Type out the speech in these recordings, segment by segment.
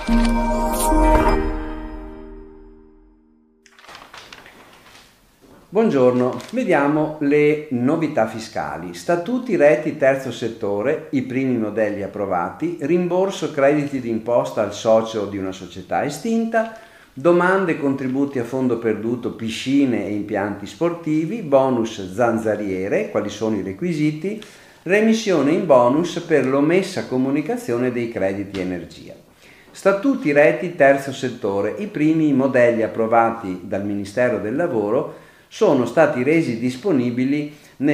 Buongiorno, vediamo le novità fiscali. Statuti retti terzo settore, i primi modelli approvati, rimborso crediti d'imposta al socio di una società estinta, domande e contributi a fondo perduto, piscine e impianti sportivi, bonus zanzariere, quali sono i requisiti, remissione in bonus per l'omessa comunicazione dei crediti energia. Statuti retti terzo settore, i primi modelli approvati dal Ministero del Lavoro sono stati resi disponibili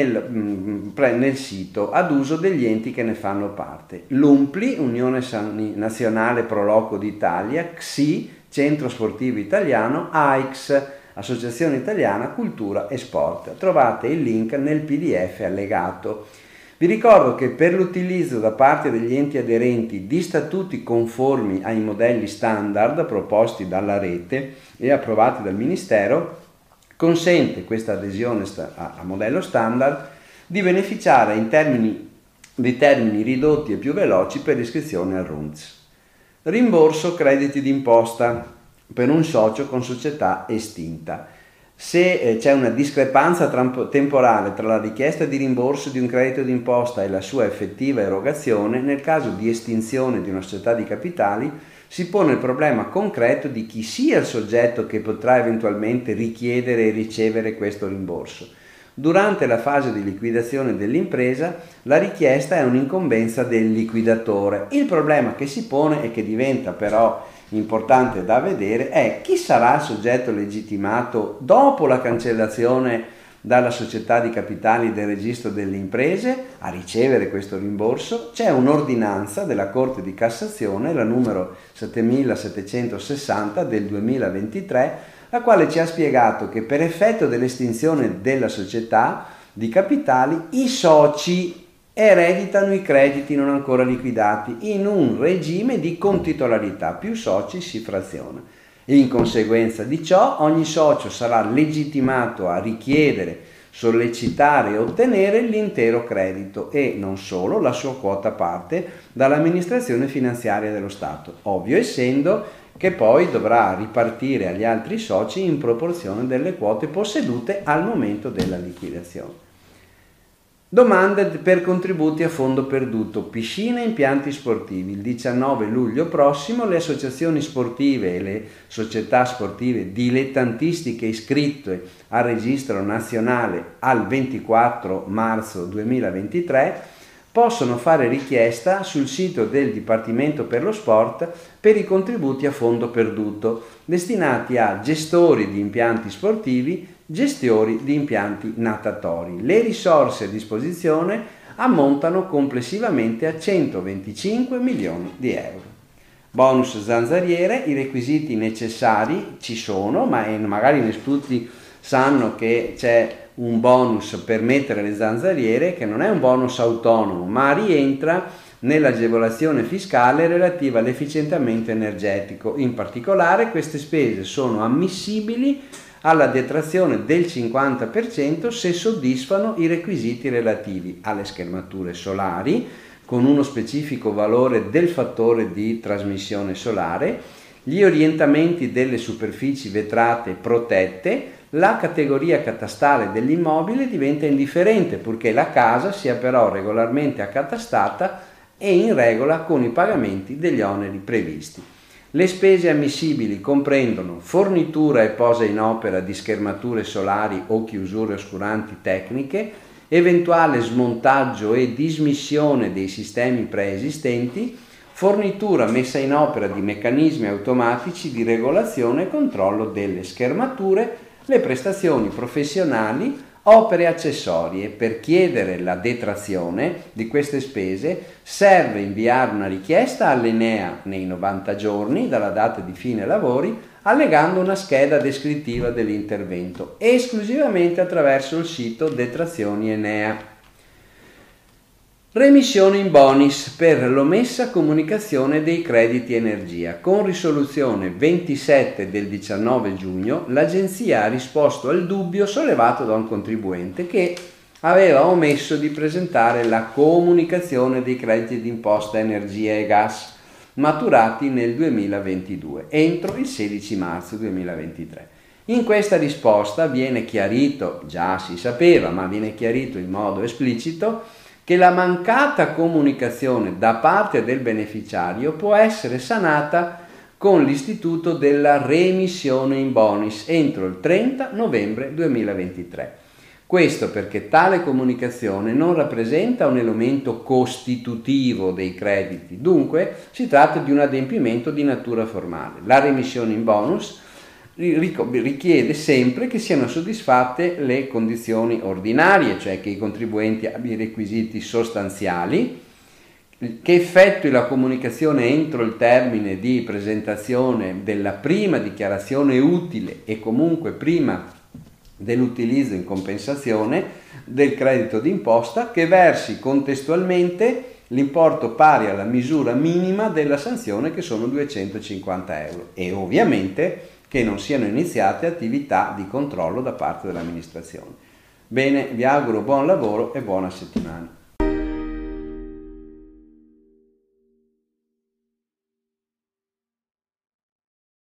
nel sito ad uso degli enti che ne fanno parte. L'UNPLI, Unione Nazionale Pro Loco d'Italia, CSI, Centro Sportivo Italiano, AIX, Associazione Italiana Cultura e Sport. Trovate il link nel PDF allegato. Vi ricordo che per l'utilizzo da parte degli enti aderenti di statuti conformi ai modelli standard proposti dalla rete e approvati dal Ministero, consente questa adesione a modello standard di beneficiare in termini ridotti e più veloci per l'iscrizione al RUNTS. Rimborso crediti d'imposta per un socio con società estinta. Se c'è una discrepanza temporale tra la richiesta di rimborso di un credito d'imposta e la sua effettiva erogazione, nel caso di estinzione di una società di capitali, si pone il problema concreto di chi sia il soggetto che potrà eventualmente richiedere e ricevere questo rimborso. Durante la fase di liquidazione dell'impresa, la richiesta è un'incombenza del liquidatore. Il problema che si pone e che diventa però importante da vedere è chi sarà il soggetto legittimato dopo la cancellazione dalla società di capitali del registro delle imprese a ricevere questo rimborso. C'è un'ordinanza della Corte di Cassazione, la numero 7760 del 2023, la quale ci ha spiegato che per effetto dell'estinzione della società di capitali i soci ereditano i crediti non ancora liquidati in un regime di contitolarità, più soci si fraziona. In conseguenza di ciò, ogni socio sarà legittimato a richiedere, sollecitare e ottenere l'intero credito e non solo la sua quota parte dall'amministrazione finanziaria dello Stato, ovvio essendo che poi dovrà ripartire agli altri soci in proporzione delle quote possedute al momento della liquidazione. Domande per contributi a fondo perduto, piscine e impianti sportivi. Il 19 luglio prossimo le associazioni sportive e le società sportive dilettantistiche iscritte al registro nazionale al 24 marzo 2023 possono fare richiesta sul sito del Dipartimento per lo Sport per i contributi a fondo perduto destinati a gestori di impianti sportivi, gestori di impianti natatori. Le risorse a disposizione ammontano complessivamente a 125 milioni di euro. Bonus zanzariere, i requisiti necessari ci sono, ma magari non tutti sanno che c'è un bonus per mettere le zanzariere che non è un bonus autonomo, ma rientra nell'agevolazione fiscale relativa all'efficientamento energetico. In particolare queste spese sono ammissibili alla detrazione del 50% se soddisfano i requisiti relativi alle schermature solari con uno specifico valore del fattore di trasmissione solare, gli orientamenti delle superfici vetrate protette. La categoria catastale dell'immobile diventa indifferente purché la casa sia però regolarmente accatastata e in regola con i pagamenti degli oneri previsti. Le spese ammissibili comprendono fornitura e posa in opera di schermature solari o chiusure oscuranti tecniche, eventuale smontaggio e dismissione dei sistemi preesistenti, fornitura, messa in opera di meccanismi automatici di regolazione e controllo delle schermature, le prestazioni professionali, opere accessorie. Per chiedere la detrazione di queste spese serve inviare una richiesta all'ENEA nei 90 giorni dalla data di fine lavori, allegando una scheda descrittiva dell'intervento, esclusivamente attraverso il sito Detrazioni Enea. Remissione in bonis per l'omessa comunicazione dei crediti energia. Con risoluzione 27 del 19 giugno l'Agenzia ha risposto al dubbio sollevato da un contribuente che aveva omesso di presentare la comunicazione dei crediti d'imposta energia e gas maturati nel 2022 entro il 16 marzo 2023. In questa risposta viene chiarito, già si sapeva, ma viene chiarito in modo esplicito, che la mancata comunicazione da parte del beneficiario può essere sanata con l'istituto della remissione in bonis entro il 30 novembre 2023. Questo perché tale comunicazione non rappresenta un elemento costitutivo dei crediti, dunque si tratta di un adempimento di natura formale. La remissione in bonus richiede sempre che siano soddisfatte le condizioni ordinarie, cioè che i contribuenti abbiano i requisiti sostanziali, che effettui la comunicazione entro il termine di presentazione della prima dichiarazione utile e comunque prima dell'utilizzo in compensazione del credito d'imposta, che versi contestualmente l'importo pari alla misura minima della sanzione, che sono 250 euro, e ovviamente che non siano iniziate attività di controllo da parte dell'amministrazione. Bene, vi auguro buon lavoro e buona settimana.